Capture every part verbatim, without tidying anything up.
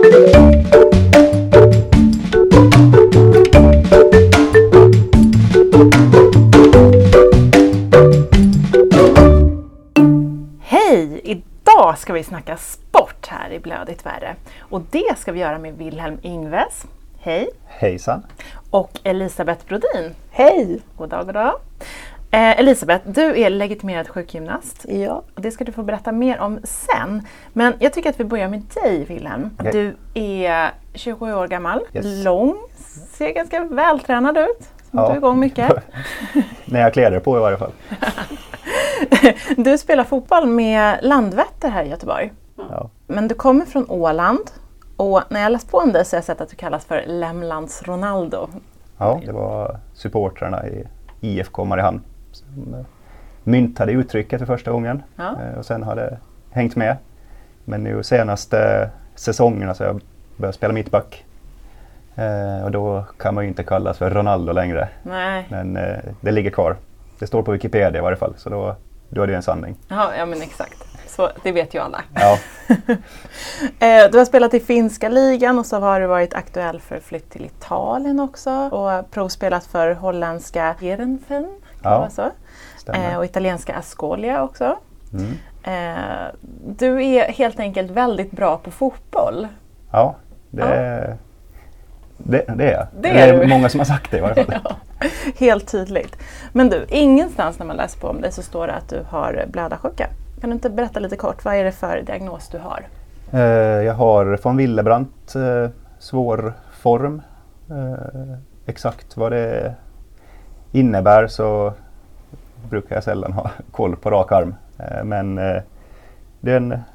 Hej! Idag ska vi snacka sport här i Blödigt värre. Och det ska vi göra med Wilhelm Ingves. Hej! Hejsan! Och Elisabeth Brodin. Hej! God dag, god dag. Eh, Elisabeth, du är legitimerad sjukgymnast. Ja. Och det ska du få berätta mer om sen. Men jag tycker att vi börjar med dig, Wilhelm. Okay. Du är tjugosju år gammal, Yes. lång, ser ganska vältränad ut. Ja. Du är igång mycket. När jag kläder på i varje fall. Du spelar fotboll med Landvetter här i Göteborg. Ja. Men du kommer från Åland. Och när jag läst på om dig så har jag sett att du kallas för Lämlands Ronaldo. Ja, det var supportrarna i I F K Mariehamn som myntade uttrycket för första gången. Ja. Och sen har det hängt med. Men nu senaste säsongerna så har jag börjat spela mittback. Och då kan man ju inte kallas för Ronaldo längre. Nej. Men det ligger kvar. Det står på Wikipedia i varje fall, så då, då är det en sanning. Ja, ja men exakt. Så det vet ju alla. Ja. Du har spelat i finska ligan och så har du varit aktuell för flytt till Italien också. Och provspelat för holländska Heerenveen, kan Ja, det vara så? stämmer. Och italienska Ascolia också. Mm. Du är helt enkelt väldigt bra på fotboll. Ja, det, Ja. Är, det, det är jag. Det Det är är du. många som har sagt det i varje fall. Ja, helt tydligt. Men du, ingenstans när man läser på om dig så står det att du har blödarsjuka. Kan du inte berätta lite kort, vad är det för diagnos du har? Eh, jag har von Willebrand eh, svår form. Eh, exakt vad det innebär så brukar jag sällan ha koll på rak arm. Eh, men eh, det är en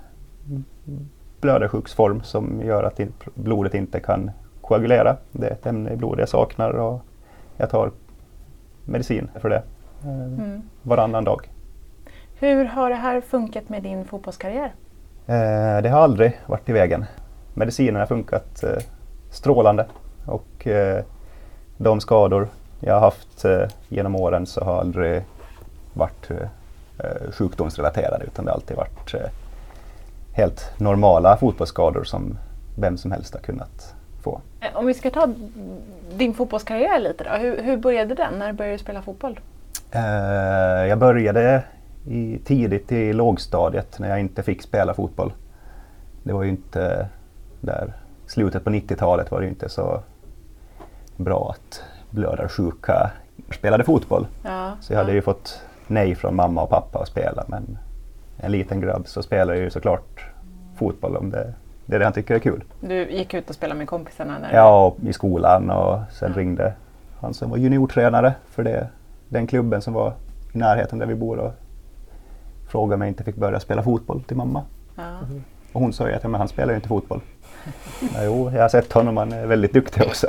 blödarsjuksform som gör att in, blodet inte kan koagulera. Det är ett ämne i blodet jag saknar och jag tar medicin för det eh, Mm. varannan dag. Hur har det här funkat med din fotbollskarriär? Eh, det har aldrig varit i vägen. Medicinen har funkat eh, strålande och eh, de skador jag har haft eh, genom åren så har aldrig varit eh, sjukdomsrelaterade utan det har alltid varit eh, helt normala fotbollsskador som vem som helst har kunnat få. Om vi ska ta din fotbollskarriär lite då, hur, hur började den? När började du spela fotboll? Eh, jag började i, tidigt i lågstadiet när jag inte fick spela fotboll. Det var ju inte där, slutet på nittiotalet var det ju inte så bra att blödarsjuka spelade fotboll. Ja, Så jag hade ja. ju fått nej från mamma och pappa att spela, men en liten grabb så spelar ju såklart fotboll om det, det är det han tycker är kul. Du gick ut och spelade med kompisarna? När Ja, och i skolan och sen Ja. ringde han som var juniortränare för det, den klubben som var i närheten där vi bor och frågade om jag inte fick börja spela fotboll till mamma. Ja. Och hon sa ju att ja, men han spelar ju inte fotboll. Ja, jo, jag har sett honom, han är väldigt duktig också.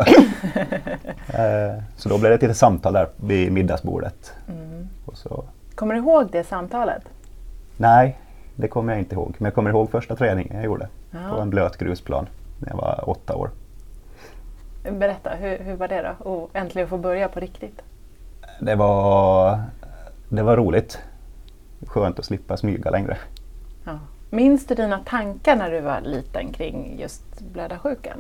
eh, så då blev det ett litet samtal där vid middagsbordet. Mm. Och så, Kommer du ihåg det samtalet? nej, det kommer jag inte ihåg. Men jag kommer ihåg första träningen jag gjorde Ja. på en blöt grusplan när jag var åtta år. Berätta, hur, hur var det då? Och äntligen få börja på riktigt. Det var, det var roligt. Skönt att slippa smyga längre. Ja. Minns du dina tankar när du var liten kring just blödarsjukan?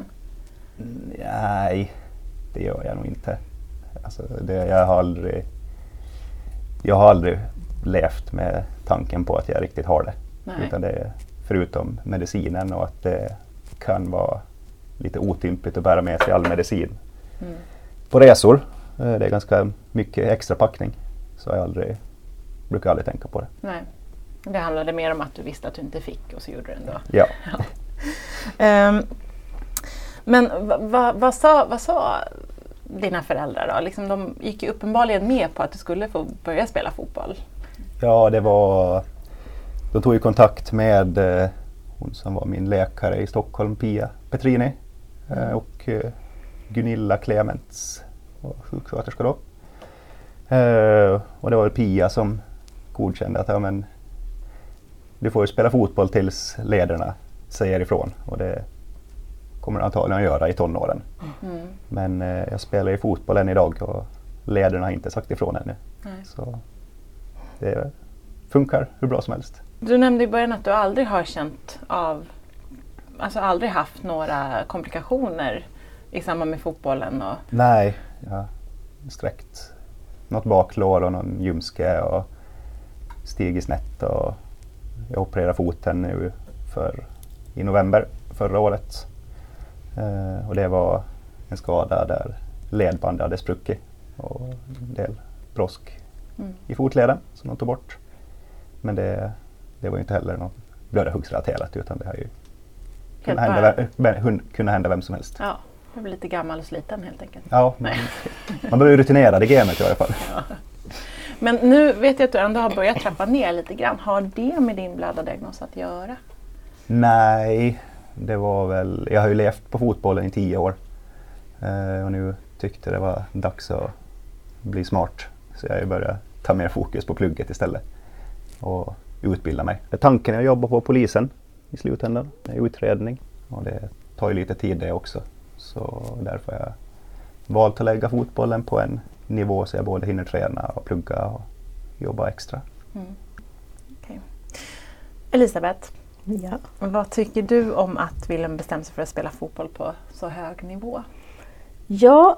Nej, det gör jag nog inte. Alltså, det, jag, har aldrig, jag har aldrig levt med tanken på att jag riktigt har det. Nej. Utan det är förutom medicinen och att det kan vara lite otympligt att bära med sig all medicin. Mm. På resor, eh, det är ganska mycket extra packning, så jag aldrig, brukar aldrig tänka på det. Nej. Det handlade mer om att du visste att du inte fick och så gjorde du det ändå. Ja. Um, men va, va, vad, sa, vad sa dina föräldrar då? Liksom, de gick ju uppenbarligen med på att du skulle få börja spela fotboll. Ja, det var... De tog ju kontakt med eh, hon som var min läkare i Stockholm, Pia Petrini. Eh, och eh, Gunilla Clements var sjuksköterska då. Eh, och det var Pia som godkände att ja, men, du får ju spela fotboll tills ledarna säger ifrån. Och det kommer antagligen att göra i tonåren. Mm. Men eh, jag spelar ju fotboll än idag och ledarna har inte sagt ifrån ännu. Nej. Så det funkar hur bra som helst. Du nämnde i början att du aldrig har känt av alltså aldrig haft några komplikationer i samband med fotbollen? Och... Nej, jag har sträckt något baklår och någon ljumske och stigit snett och jag opererade foten nu för, i november förra året. Eh, och det var en skada där ledbandet hade spruckit och en del brosk mm. i fotleden som de tog bort. Men det, det var ju inte heller något blödarhuggsrelaterat utan det har ju kunnat hända, vem, kunnat hända vem som helst. Ja, jag blir lite gammal och sliten helt enkelt. Ja, man, man börjar rutinera det gamet i alla fall. Ja. Men nu vet jag att du ändå har börjat trappa ner lite grann. Har det med din blödardiagnos att göra? Nej, det var väl... Jag har ju levt på fotbollen i tio år. Eh, och nu tyckte det var dags att bli smart. Så jag har ju börjat ta mer fokus på plugget istället. Och utbilda mig. Tanken är att jobba på polisen i slutändan. Det är utredning. Och det tar ju lite tid det också. Så därför har jag valt att lägga fotbollen på en nivå så jag både hinner träna och plugga och jobba extra. Mm. Okay. Elisabeth, ja. Vad tycker du om att Willem bestämde sig för att spela fotboll på så hög nivå? Ja,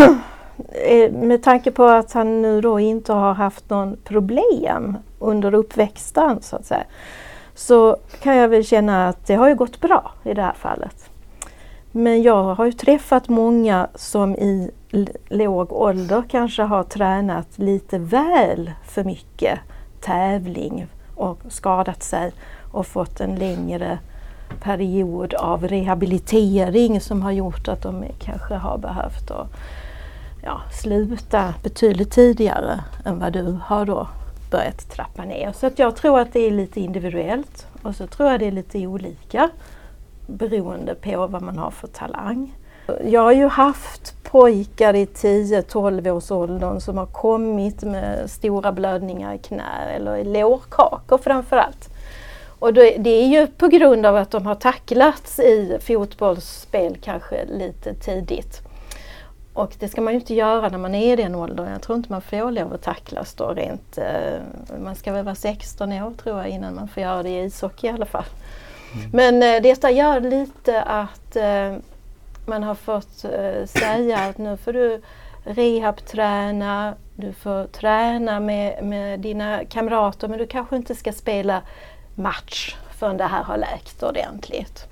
med tanke på att han nu då inte har haft någon problem under uppväxten så att säga, så kan jag väl känna att det har ju gått bra i det här fallet. Men jag har ju träffat många som i låg ålder kanske har tränat lite väl för mycket tävling och skadat sig och fått en längre period av rehabilitering som har gjort att de kanske har behövt att, ja, sluta betydligt tidigare än vad du har då börjat trappa ner. Så att jag tror att det är lite individuellt och så tror jag det är lite olika beroende på vad man har för talang. Jag har ju haft pojkar i tio tolv års åldern som har kommit med stora blödningar i knä eller i lårkakor framförallt. Och det är ju på grund av att de har tacklats i fotbollsspel kanske lite tidigt. Och det ska man ju inte göra när man är i den åldern. Jag tror inte man får lov att tacklas då rent. Man ska väl vara sexton år tror jag innan man får göra det i ishockey i alla fall. Mm. Men eh, detta gör lite att eh, man har fått eh, säga att nu får du rehabträna, du får träna med, med dina kamrater men du kanske inte ska spela match förrän det här har läkt ordentligt.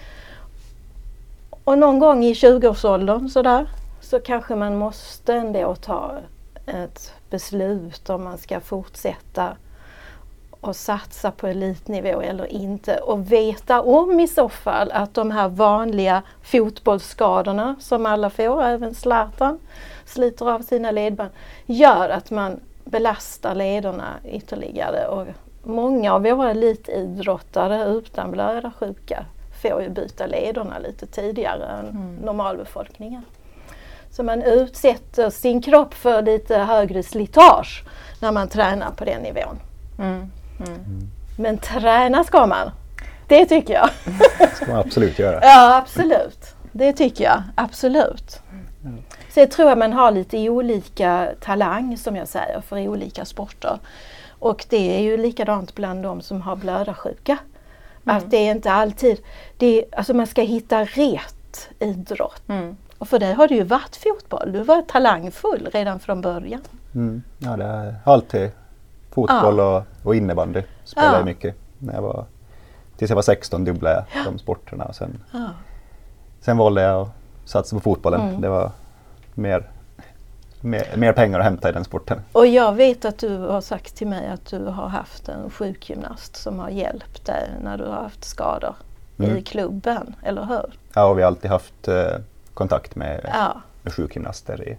Och någon gång i tjugoårsåldern sådär, så kanske man måste ändå ta ett beslut om man ska fortsätta och satsa på elitnivå eller inte och veta om i så fall att de här vanliga fotbollsskadorna som alla får, även Zlatan sliter av sina ledband, gör att man belastar lederna ytterligare och många av våra elitidrottare utan blödarsjuka får ju byta lederna lite tidigare än mm. normalbefolkningen. Så man utsätter sin kropp för lite högre slitage när man tränar på den nivån. Mm. Mm. Men träna ska man. Det tycker jag. Det ska man absolut göra. Ja, absolut. Det tycker jag. Absolut. Mm. Så jag tror att man har lite olika talang som jag säger för olika sporter. Och det är ju likadant bland de som har blödarsjuka. Mm. Att det är inte alltid, det är, alltså man ska hitta rätt idrott. Mm. Och för dig har det ju varit fotboll. Du var talangfull redan från början. Mm. Ja, det är alltid fotboll ja. och, och innebandy spelade jag ja. mycket. När jag var, tills jag var sexton dubblade jag ja. de sporterna. Och sen, ja. sen valde jag att satsa på fotbollen. Mm. Det var mer, mer, mer pengar att hämta i den sporten. Och jag vet att du har sagt till mig att du har haft en sjukgymnast som har hjälpt dig när du har haft skador mm. i klubben, eller hur? Ja, och vi har alltid haft eh, kontakt med, ja. med sjukgymnaster i,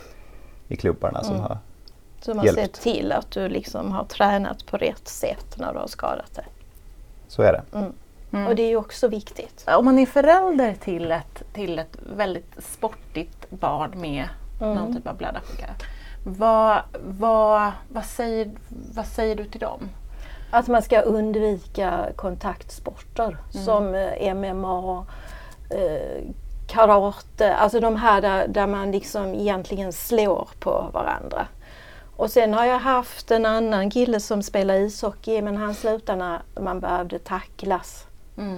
i klubbarna som mm. har som har sett till att du liksom har tränat på rätt sätt när du har skadat dig. Så är det. Mm. Mm. Och det är ju också viktigt. Om man är förälder till ett, till ett väldigt sportigt barn med mm. någon typ av blödarsjuka, vad, vad, vad, säger, vad säger du till dem? Att man ska undvika kontaktsporter mm. som M M A, eh, karate, alltså de här där, där man liksom egentligen slår på varandra. Och sen har jag haft en annan kille som spelar ishockey men han slutade när man behövde tacklas. Mm.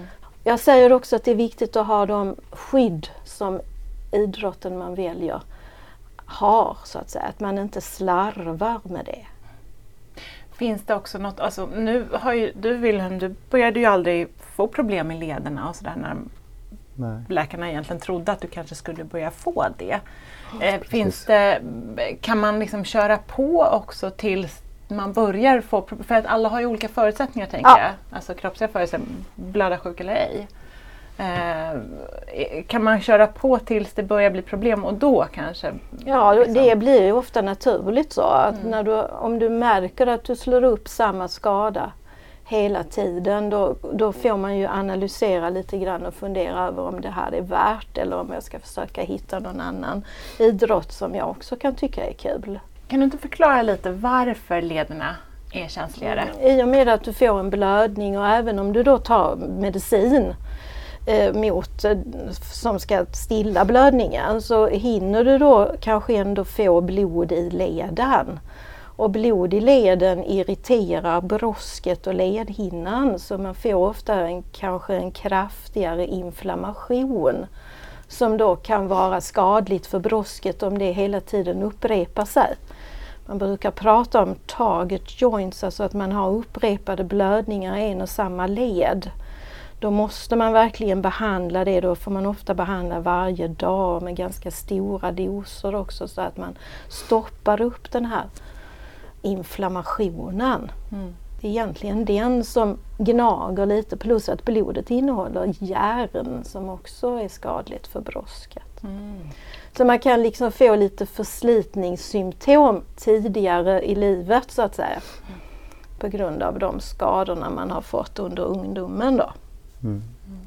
Jag säger också att det är viktigt att ha de skydd som idrotten man väljer har, så att säga. Att man inte slarvar med det. Finns det också något, alltså nu har ju du Wilhelm, du började ju aldrig få problem med lederna och sådär när Nej. läkarna egentligen trodde att du kanske skulle börja få det. Eh, finns det, kan man liksom köra på också tills man börjar få, för att alla har ju olika förutsättningar tänker ja. jag, alltså kroppsliga förutsättningar, blödarsjuk eller ej. Eh, kan man köra på tills det börjar bli problem och då kanske? Ja, liksom. Det blir ju ofta naturligt så att mm. när du, om du märker att du slår upp samma skada hela tiden, då, då får man ju analysera lite grann och fundera över om det här är värt eller om jag ska försöka hitta någon annan idrott som jag också kan tycka är kul. Kan du inte förklara lite varför lederna är känsligare? I och med att du får en blödning och även om du då tar medicin eh, mot, eh, som ska stilla blödningen, så hinner du då kanske ändå få blod i leden. Och blod i leden irriterar brosket och ledhinnan, så man får ofta en, kanske en kraftigare inflammation som då kan vara skadligt för brosket om det hela tiden upprepar sig. Man brukar prata om target joints, alltså att man har upprepade blödningar i en och samma led. Då måste man verkligen behandla det, då får man ofta behandla varje dag med ganska stora doser också, så att man stoppar upp den här inflammationen. Mm. Det är egentligen den som gnager lite, plus att blodet innehåller järn som också är skadligt för brosket. Mm. Så man kan liksom få lite förslitningssymptom tidigare i livet så att säga. Mm. På grund av de skadorna man har fått under ungdomen då. Mm. Mm.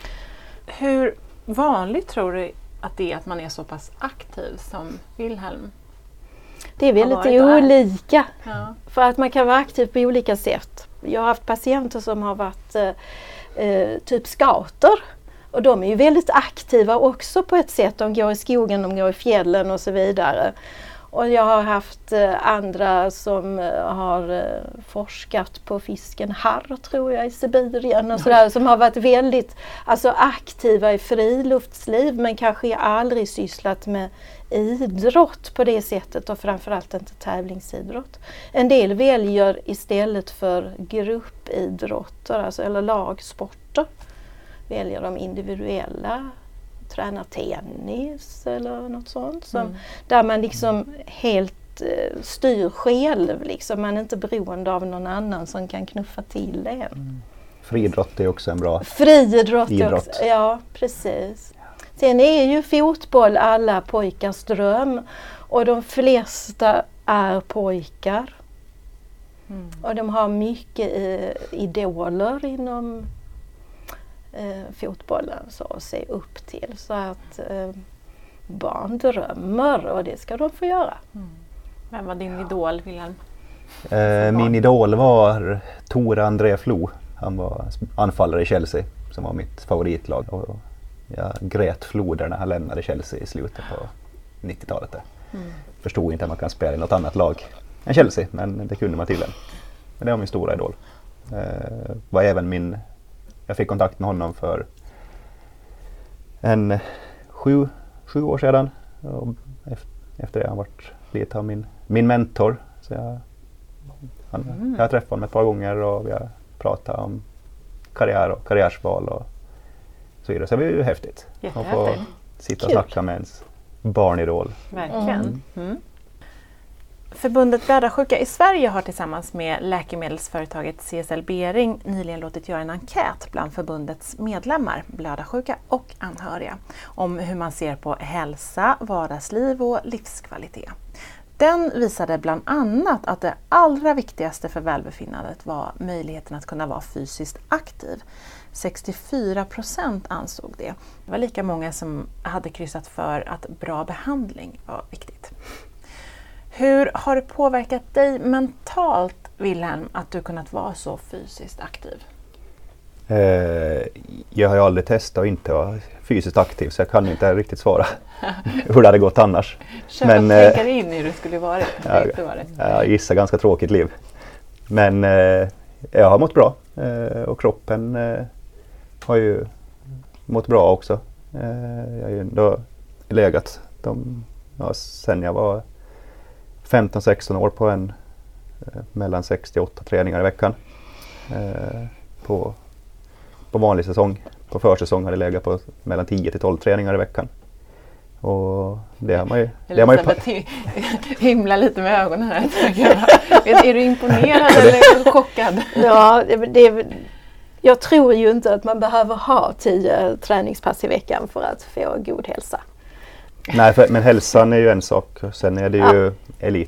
Hur vanligt tror du att det är att man är så pass aktiv som Wilhelm? Det är väldigt olika. Ja. För att man kan vara aktiv på olika sätt. Jag har haft patienter som har varit eh, typ scouter. Och de är ju väldigt aktiva också på ett sätt. De går i skogen, de går i fjällen och så vidare. Och jag har haft eh, andra som eh, har eh, forskat på fisken harr, tror jag, i Sibirien och sådär. Som har varit väldigt alltså, aktiva i friluftsliv men kanske aldrig sysslat med idrott på det sättet och framförallt inte tävlingsidrott. En del väljer istället för gruppidrotter, alltså, eller lagsporter, väljer de individuella, tränar tennis eller något sånt. Som, mm. Där man liksom helt eh, styr själv, liksom. Man är inte beroende av någon annan som kan knuffa till en. Mm. Friidrott är också en bra Friidrott idrott. Också, ja precis. Sen är ju fotboll alla pojkars dröm och de flesta är pojkar. Mm. Och de har mycket eh, idoler inom eh, fotbollen så att se upp till. Så att eh, barn drömmer och det ska de få göra. Mm. Vem var din idol, Wilhelm? Eh, min idol var Tore André Flo. Han var anfallare i Chelsea som var mitt favoritlag. Och jag grät floder när han lämnade Chelsea i slutet på nittiotalet. Mm. Förstod inte att man kan spela i något annat lag än Chelsea, men det kunde man tydligen. Men det var min stora idol. Eh, var även min, jag fick kontakt med honom för en sju, sju år sedan. Och efter, efter det har han varit lite av min, min mentor. Så jag, han, mm. jag har träffat honom ett par gånger och vi har pratat om karriär och karriärsval och så vidare. Så det är ju häftigt. Man får sitta och snacka med ens barnidol. Verkligen. Mm. Mm. Förbundet Blödarsjuka i Sverige har tillsammans med läkemedelsföretaget C S L Behring nyligen låtit göra en enkät bland förbundets medlemmar, blödarsjuka och anhöriga, om hur man ser på hälsa, vardagsliv och livskvalitet. Den visade bland annat att det allra viktigaste för välbefinnandet var möjligheten att kunna vara fysiskt aktiv. sextiofyra procent ansåg det. Det var lika många som hade kryssat för att bra behandling var viktigt. Hur har det påverkat dig mentalt, Wilhelm, att du kunnat vara så fysiskt aktiv? Eh, jag har ju aldrig testat att inte vara fysiskt aktiv så jag kan inte riktigt svara hur det hade gått annars. Men eh, tänka in i hur det skulle vara. Jag, jag gissar ganska tråkigt liv. Men eh, jag har mått bra eh, och kroppen eh, har ju mått bra också. Jag har ju ändå legat de, ja, sen jag var femton sexton år på en mellan sex till åtta träningar i veckan. På, på vanlig säsong. På försäsong har det legat på mellan tio till tolv träningar i veckan. Och det har man ju... Det har man ju himla lite med ögonen här. är, är du imponerad eller chockad? Ja, det, det, jag tror ju inte att man behöver ha tio träningspass i veckan för att få god hälsa. Nej, för, men hälsan är ju en sak. Sen är det ju ja.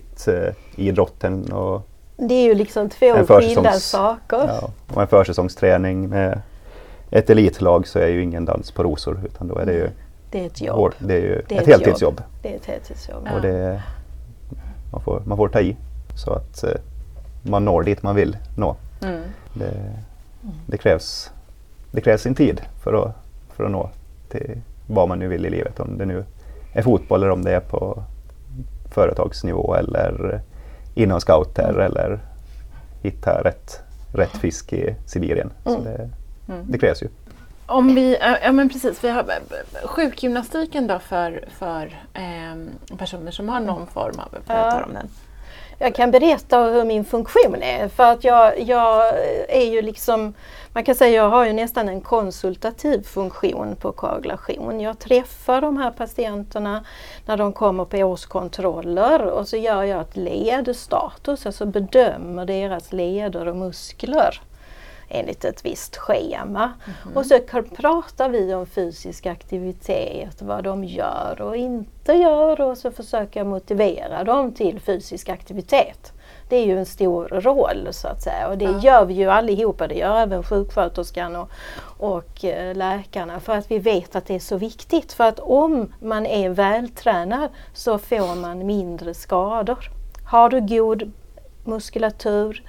elitidrotten och... Det är ju liksom två skilda saker. Ja, och en försäsongsträning med ett elitlag så är ju ingen dans på rosor, utan då är det ju... Det är ett jobb. Hård, det är ju det är ett, ett heltidsjobb. Jobb. Det är ett heltidsjobb. Och det, man, får, man får ta i så att eh, man når dit man vill nå. Mm. Det, det, krävs, det krävs sin tid för att, för att nå till vad man nu vill i livet. Om det nu är fotboll eller om det är på företagsnivå eller inom scouter mm. eller hitta rätt, rätt fisk i Sibirien. Mm. Så det, mm. det krävs ju. Om vi, ja men precis, vi har sjukgymnastiken då för, för eh, personer som har någon form av, ja. om den. Jag kan berätta hur min funktion är, för att jag, jag är ju liksom, man kan säga jag har ju nästan en konsultativ funktion på koagulation. Jag träffar de här patienterna när de kommer på årskontroller och så gör jag ett ledstatus, alltså bedömer deras leder och muskler enligt ett visst schema. Mm-hmm. Och så pratar vi om fysisk aktivitet, vad de gör och inte gör, och så försöker jag motivera dem till fysisk aktivitet. Det är ju en stor roll så att säga, och det ja. gör vi ju allihopa, det gör även sjuksköterskan och, och läkarna, för att vi vet att det är så viktigt, för att om man är vältränad så får man mindre skador. Har du god muskulatur,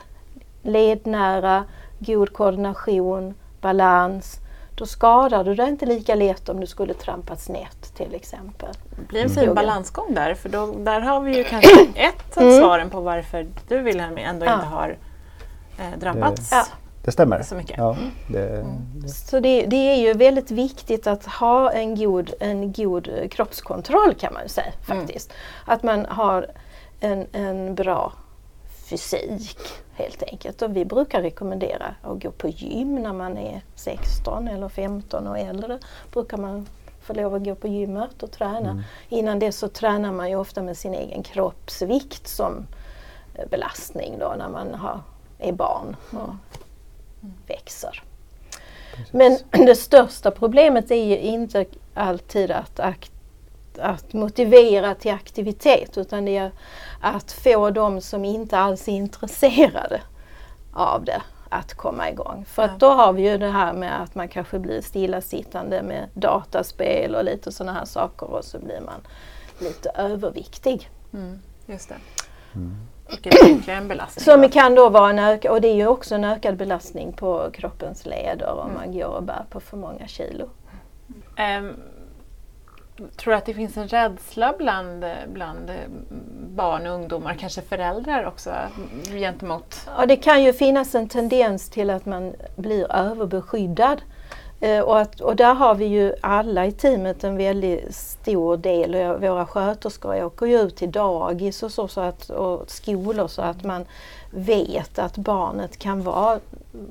lednära, god koordination, balans, då skadar du dig inte lika lätt om du skulle trampa snett till exempel. Det blir en fin mm. balansgång där, för då, där har vi ju kanske ett av mm. svaren på varför du Wilhelm ändå ja. inte har eh, drabbats. Det, ja. det stämmer. Så mycket. Ja, det, mm. det. Så det, det är ju väldigt viktigt att ha en god, en god kroppskontroll, kan man säga faktiskt. Mm. Att man har en, en bra fysik helt enkelt, och vi brukar rekommendera att gå på gym när man är sexton eller femton och äldre. Brukar man få lov att gå på gymmet och träna. Mm. Innan det så tränar man ju ofta med sin egen kroppsvikt som belastning då när man har, är barn och mm. växer. Precis. Men det största problemet är ju inte alltid att akt att motivera till aktivitet, utan det är att få de som inte alls är intresserade av det att komma igång. För att då har vi ju det här med att man kanske blir stillasittande med dataspel och lite sådana här saker, och så blir man lite överviktig. Mm, just det. Mm. Vilket är en belastning. Som kan då vara en ökad, och det är ju också en ökad belastning på kroppens leder om mm. man går och bär på för många kilo. Um, Tror du att det finns en rädsla bland, bland barn och ungdomar, kanske föräldrar också, gentemot? Ja, det kan ju finnas en tendens till att man blir överbeskyddad. Eh, och, att, och där har vi ju alla i teamet en väldigt stor del. Våra sköterskor åker ju ut till dagis och, så, så att, och skolor, så att man vet att barnet kan vara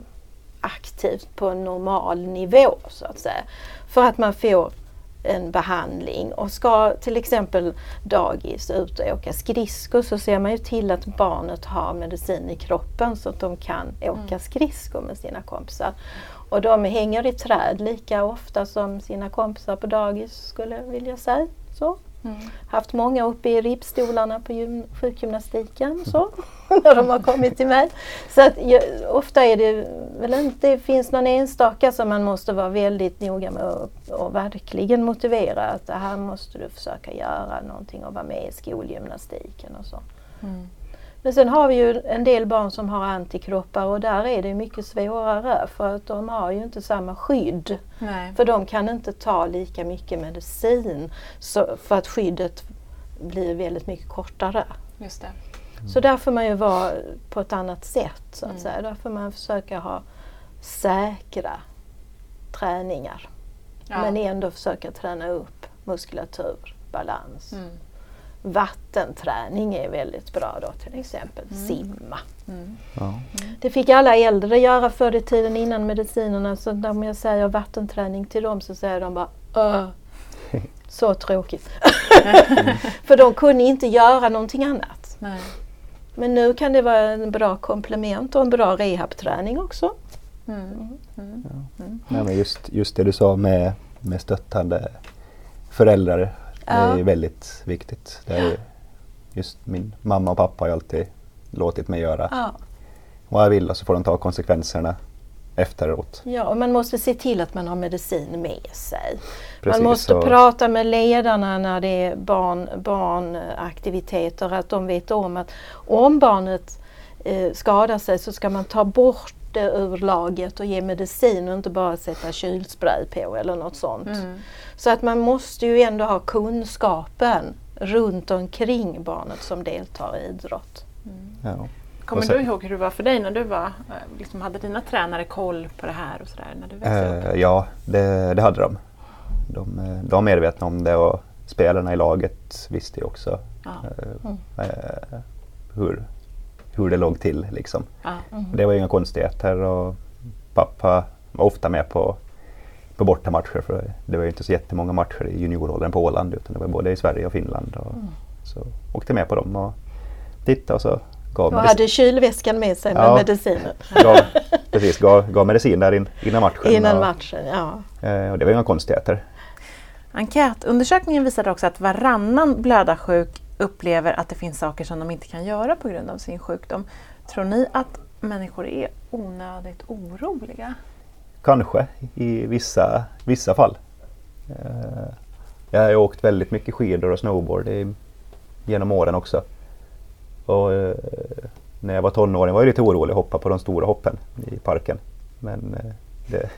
aktivt på en normal nivå, så att säga. För att man får en behandling, och ska till exempel dagis ut och åka skridskor, så ser man ju till att barnet har medicin i kroppen så att de kan åka mm. skridskor med sina kompisar. Och de hänger i träd lika ofta som sina kompisar på dagis, skulle jag vilja säga. Så. Mm. Haft många uppe i ribbstolarna på gym- sjukgymnastiken så, när de har kommit till mig. Så att, jag, ofta är det väl inte, det finns någon enstaka som man måste vara väldigt noga med och, och verkligen motivera att det här måste du försöka göra någonting och vara med i skolgymnastiken och så. Mm. Men sen har vi ju en del barn som har antikroppar, och där är det mycket svårare för att de har ju inte samma skydd. Nej. För de kan inte ta lika mycket medicin, så för att skyddet blir väldigt mycket kortare. Just det. Mm. Så där får man ju vara på ett annat sätt så att mm. säga. Där får man försöka ha säkra träningar. Ja. Men ändå försöka träna upp muskulatur, balans. Mm. Vattenträning är väldigt bra då, till exempel mm. simma. Mm. Ja. Det fick alla äldre göra förr i tiden innan medicinerna, så när jag säger vattenträning till dem så säger de bara Åh, så tråkigt. Mm. För de kunde inte göra någonting annat. Nej. Men nu kan det vara en bra komplement och en bra rehabträning också. Mm. Mm. Mm. Ja. Mm. Nej, men just, just det du sa med, med stöttande föräldrar. Det är ja. väldigt viktigt. Det är just min mamma och pappa har alltid låtit mig göra ja. vad jag vill, och så får de ta konsekvenserna efteråt. Ja, och man måste se till att man har medicin med sig. Precis, man måste så. prata med ledarna när det är barn, barnaktiviteter, att de vet om att om barnet eh, skadar sig så ska man ta bort det ur laget och ge medicin och inte bara sätta kylspray på eller något sånt. Mm. Så att man måste ju ändå ha kunskapen runt omkring barnet som deltar i idrott. Mm. Ja. Kommer du ihåg hur det var för dig när du var, liksom, hade dina tränare koll på det här och sådär när du växte upp? Uh, ja, det, det hade de. de. De var medvetna om det, och spelarna i laget visste ju också ja. uh, mm. uh, hur, hur det låg till. Liksom. Ja. Mm. Det var inga konstigheter, och pappa var ofta med på, på bortamatcher, för det var ju inte så jättemånga matcher i junioråldern på Åland, utan det var både i Sverige och Finland. Och mm. Så åkte med på dem och tittade, och så och hade kylväskan med sig med ja, mediciner. Gav, precis, gav, gav medicin där in, innan matchen. Innan och, matchen, ja. Eh, och det var inga konstigheter. Enkätundersökningen visade också att varannan blödarsjuk upplever att det finns saker som de inte kan göra på grund av sin sjukdom. Tror ni att människor är onödigt oroliga? Kanske, i vissa, vissa fall. Eh, jag har åkt väldigt mycket skidor och snowboard i, genom åren också. Och, eh, när jag var tonåring var jag lite orolig att hoppa på de stora hoppen i parken. Men eh, det...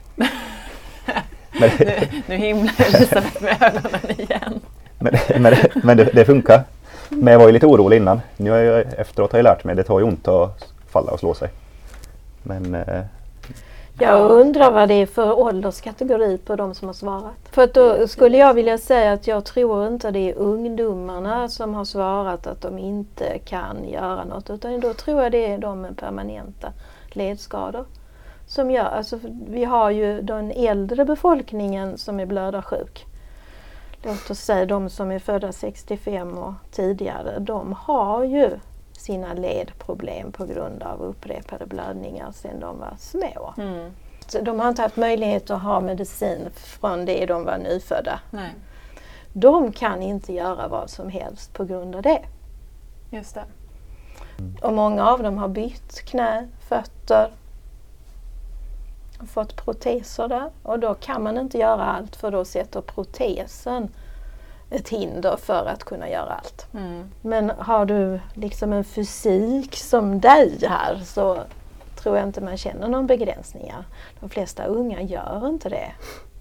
men, nu, nu himlar Elisabeth med ögonen igen. men men, det, men det, det funkar. Men jag var ju lite orolig innan. Nu har jag efteråt har jag lärt mig att det tar ju ont att falla och slå sig. Men... Eh, Jag undrar vad det är för ålderskategori på de som har svarat. För att då skulle jag vilja säga att jag tror inte det är ungdomarna som har svarat att de inte kan göra något. Utan då tror jag det är de med permanenta ledskador. Som gör, alltså vi har ju den äldre befolkningen som är blödarsjuk. Låt oss säga de som är födda sextiofem och tidigare. De har ju sina ledproblem på grund av upprepade blödningar sedan de var små. Mm. Så de har inte haft möjlighet att ha medicin från det de var nyfödda. Nej. De kan inte göra vad som helst på grund av det. Just det. Och många av dem har bytt knä, fötter och fått proteser där. Och då kan man inte göra allt, för då sätter protesen ett hinder för att kunna göra allt. Mm. Men har du liksom en fysik som dig här, så tror jag inte man känner någon begränsningar. De flesta unga gör inte det.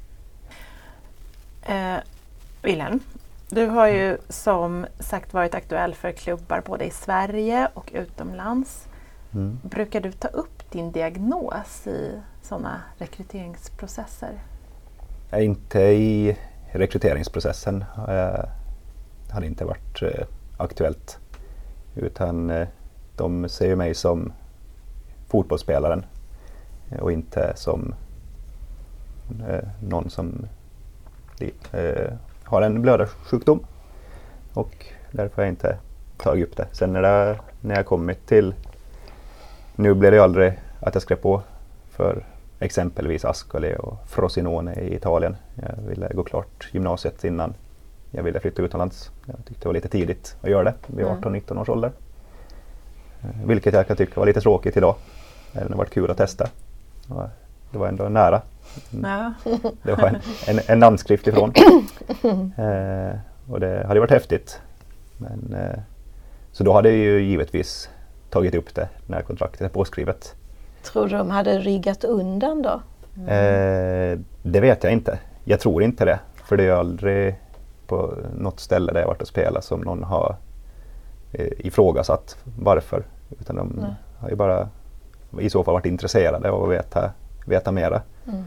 Eh, Wilhelm, du har ju som sagt varit aktuell för klubbar både i Sverige och utomlands. Mm. Brukar du ta upp din diagnos i sådana rekryteringsprocesser? Jag inte i rekryteringsprocessen eh, hade inte varit eh, aktuellt, utan eh, de ser ju mig som fotbollsspelaren eh, och inte som eh, någon som eh, har en blödarsjukdom, och därför har jag inte tagit upp det. Sen när, det, när jag kommit till, nu blev det aldrig att jag skrev på för exempelvis Ascoli och Frosinone i Italien. Jag ville gå klart gymnasiet innan jag ville flytta utomlands. Jag tyckte det var lite tidigt att göra det vid arton nitton års ålder. Vilket jag kan tycka var lite tråkigt idag. Det har varit kul att testa. Det var ändå nära. Ja. Det var en, en, en namnskrift ifrån. eh, och det hade varit häftigt. Men, eh, så då hade jag ju givetvis tagit upp det när kontraktet är påskrivet. Tror du de hade ryggat undan då? Mm. Eh, det vet jag inte. Jag tror inte det. För det är aldrig på något ställe där jag varit och spelat som någon har eh, ifrågasatt varför. Utan de Nej. har ju bara i så fall varit intresserade av att veta, veta mera. Mm.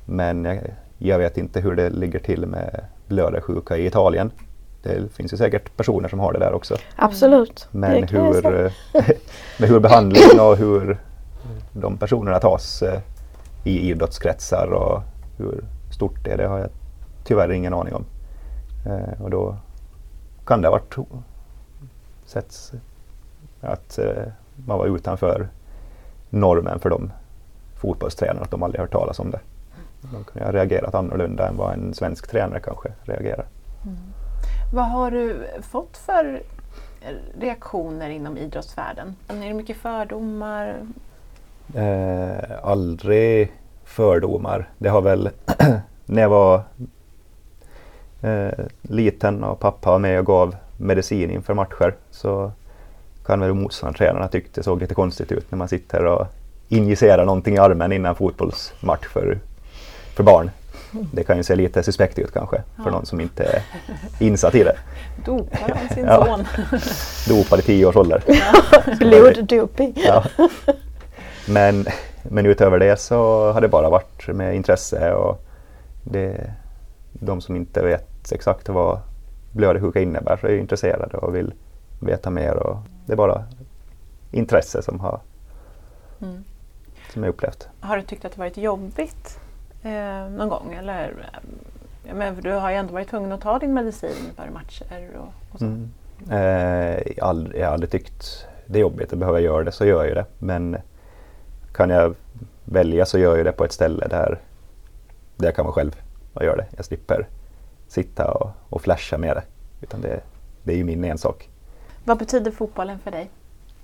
Men jag, jag vet inte hur det ligger till med blödarsjuka i Italien. Det finns ju säkert personer som har det där också. Absolut. Men hur, med hur behandling och hur de personerna tas i idrottskretsar och hur stort det är, det har jag tyvärr ingen aning om. Eh, och då kan det ha varit sätts att eh, man var utanför normen för de fotbollstränare, att de aldrig hört talas om det. De kunde ha reagerat annorlunda än vad en svensk tränare kanske reagerar. Mm. Vad har du fått för reaktioner inom idrottsvärlden? Är det mycket fördomar? Eh, aldrig fördomar. Det har väl när jag var eh, liten och pappa var med och gav medicin inför matcher, så kan väl motståndartränarna tyckte det såg lite konstigt ut när man sitter och injicerar någonting i armen innan fotbollsmatch för, för barn. Det kan ju se lite suspekt ut kanske för ja. Någon som inte är insatt i det. Dopar han sin ja. son? Dopar i tio års ålder. Bloddoping. Ja. Men, men utöver det så har det bara varit med intresse, och det, de som inte vet exakt vad blödarsjuka innebär så är intresserade och vill veta mer, och det är bara intresse som har mm. som jag upplevt. Har du tyckt att det varit jobbigt eh, någon gång? Eller, eh, men du har ju ändå varit tvungen att ta din medicin för matcher och, och så. Mm. Eh, jag, aldrig, jag har aldrig tyckt det är jobbigt att behöva göra det, så gör jag det. Men kan jag välja så gör jag det på ett ställe där, där jag kan vara själv och göra det. Jag slipper sitta och, och flasha med det. Utan det, det är ju min ensak. Vad betyder fotbollen för dig?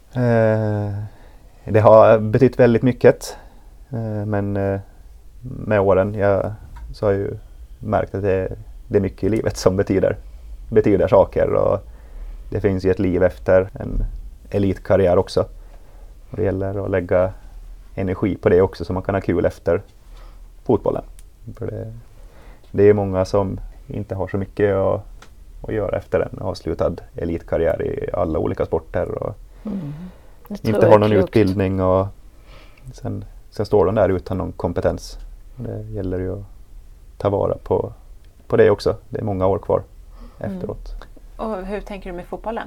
Eh, det har betytt väldigt mycket. Eh, men eh, med åren jag, så har jag ju märkt att det, det är mycket i livet som betyder, betyder saker. Och det finns ju ett liv efter en elitkarriär också. Och det gäller att lägga energi på det också så man kan ha kul efter fotbollen. För det, det är många som inte har så mycket att, att göra efter en avslutad elitkarriär i alla olika sporter och mm. inte har någon klokt. utbildning, och sen, sen står de där utan någon kompetens. Det gäller ju att ta vara på, på det också. Det är många år kvar mm. efteråt. Och hur tänker du med fotbollen?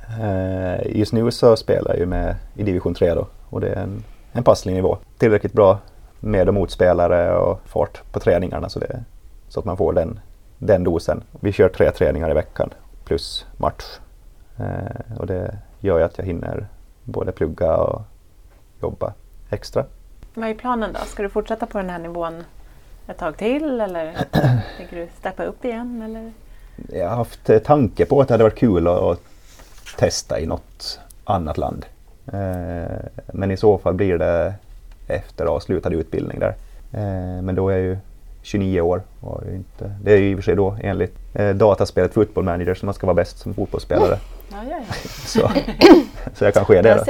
Eh, just nu så spelar jag ju med i division tre då, och det är en, en passlig nivå. Tillräckligt bra med och motspelare och fart på träningarna så, det, så att man får den, den dosen. Vi kör tre träningar i veckan plus match. Eh, och det gör ju att jag hinner både plugga och jobba extra. Vad är planen då? Ska du fortsätta på den här nivån ett tag till, eller tänker du steppa upp igen? Eller? Jag har haft tanke på att det hade varit kul att, att testa i något annat land. Eh, men i så fall blir det efter avslutad utbildning där. Eh, men då är jag ju tjugonio år. Och inte, det är ju i och för sig då enligt eh, dataspelet Football Manager som man ska vara bäst som fotbollsspelare. Ja, ja, ja. Så, så jag kan ske det då.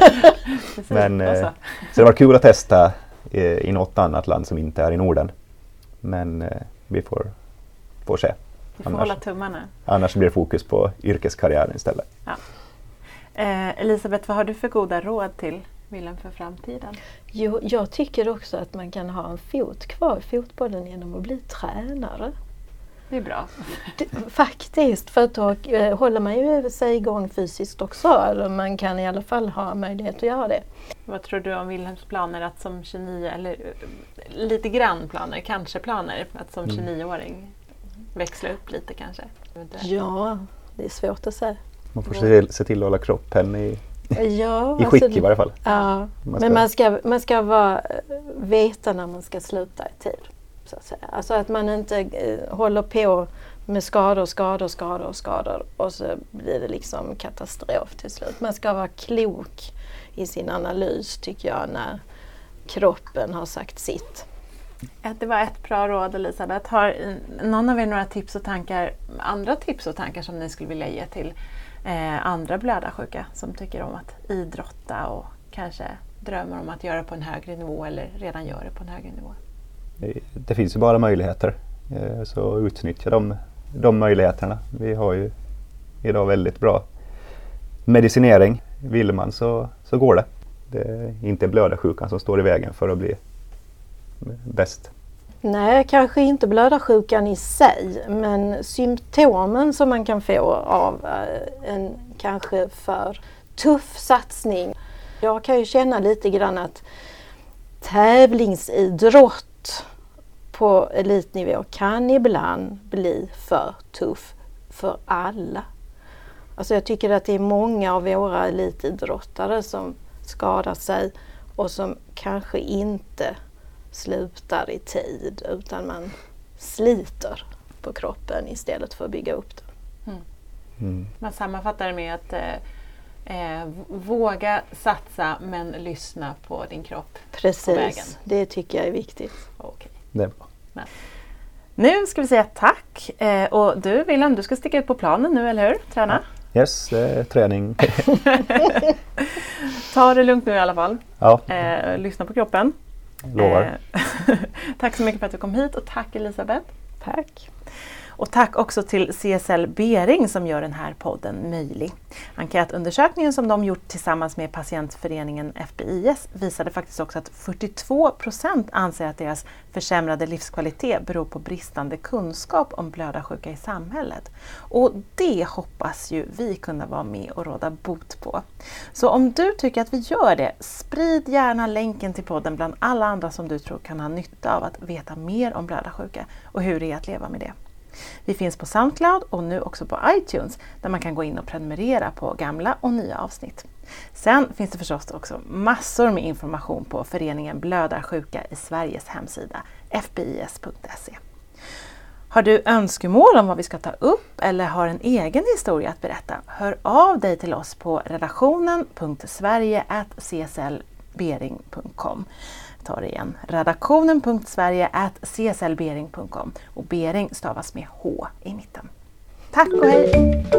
Men, eh, så det var kul att testa eh, i något annat land som inte är i Norden. Men eh, vi får, får se. Vi får annars, hålla tummarna. Annars blir det fokus på yrkeskarriären istället. Ja. Eh, Elisabeth, vad har du för goda råd till Wilhelm för framtiden? Jo, jag tycker också att man kan ha en fot kvar i fotbollen genom att bli tränare. Det är bra. Det, faktiskt, för att då eh, håller man ju sig igång fysiskt också. Eller man kan i alla fall ha möjlighet att göra det. Vad tror du om Wilhelms planer att som tjugonio, eller lite grann planer, kanske planer, att som tjugonioåring växla upp lite kanske? Ja, det är svårt att säga. Man får se, se till att hålla kroppen i, ja, i skick alltså, i varje fall. Ja, man men man ska, man ska vara, veta när man ska sluta i tid. Så att säga. Alltså att man inte eh, håller på med skador, skador, skador, skador och så blir det liksom katastrof till slut. Man ska vara klok i sin analys tycker jag när kroppen har sagt sitt. Det var ett bra råd, Elisabeth. Har någon av er några tips och tankar, andra tips och tankar som ni skulle vilja ge till eh, andra blödarsjuka som tycker om att idrotta och kanske drömmer om att göra på en högre nivå eller redan gör det på en högre nivå? Det, det finns ju bara möjligheter, eh, så utnyttja de, de möjligheterna. Vi har ju idag väldigt bra medicinering. Vill man så, så går det. Det är inte blödarsjukan som står i vägen för att bli bäst. Nej, kanske inte blödarsjukan i sig, men symptomen som man kan få av en kanske för tuff satsning. Jag kan ju känna lite grann att tävlingsidrott på elitnivå kan ibland bli för tuff för alla. Alltså jag tycker att det är många av våra elitidrottare som skadar sig och som kanske inte slutar i tid, utan man sliter på kroppen istället för att bygga upp den. Mm. Mm. Man sammanfattar det med att eh, våga satsa men lyssna på din kropp. Precis, det tycker jag är viktigt. Okay. Det är bra. Men. Nu ska vi säga tack. Eh, och du Wilhelm, du ska sticka ut på planen nu, eller hur? Träna? Ja. Yes, eh, träning. Ta det lugnt nu i alla fall. Ja. Eh, lyssna på kroppen. Lovar. Eh, tack så mycket för att du kom hit och tack Elisabeth. Tack. Och tack också till C S L Behring som gör den här podden möjlig. Enkätundersökningen som de gjort tillsammans med patientföreningen F B I S visade faktiskt också att fyrtiotvå procent anser att deras försämrade livskvalitet beror på bristande kunskap om blödarsjuka i samhället. Och det hoppas ju vi kunna vara med och råda bot på. Så om du tycker att vi gör det, sprid gärna länken till podden bland alla andra som du tror kan ha nytta av att veta mer om blödarsjuka och hur det är att leva med det. Vi finns på SoundCloud och nu också på iTunes där man kan gå in och prenumerera på gamla och nya avsnitt. Sen finns det förstås också massor med information på föreningen Blödarsjuka i Sveriges hemsida f b i s punkt se. Har du önskemål om vad vi ska ta upp eller har en egen historia att berätta? Hör av dig till oss på redaktionen punkt sverige at c s l bering punkt com. Ta det igen. redaktionen punkt sverige at c s l bering punkt com och Bering stavas med H i mitten. Tack och hej!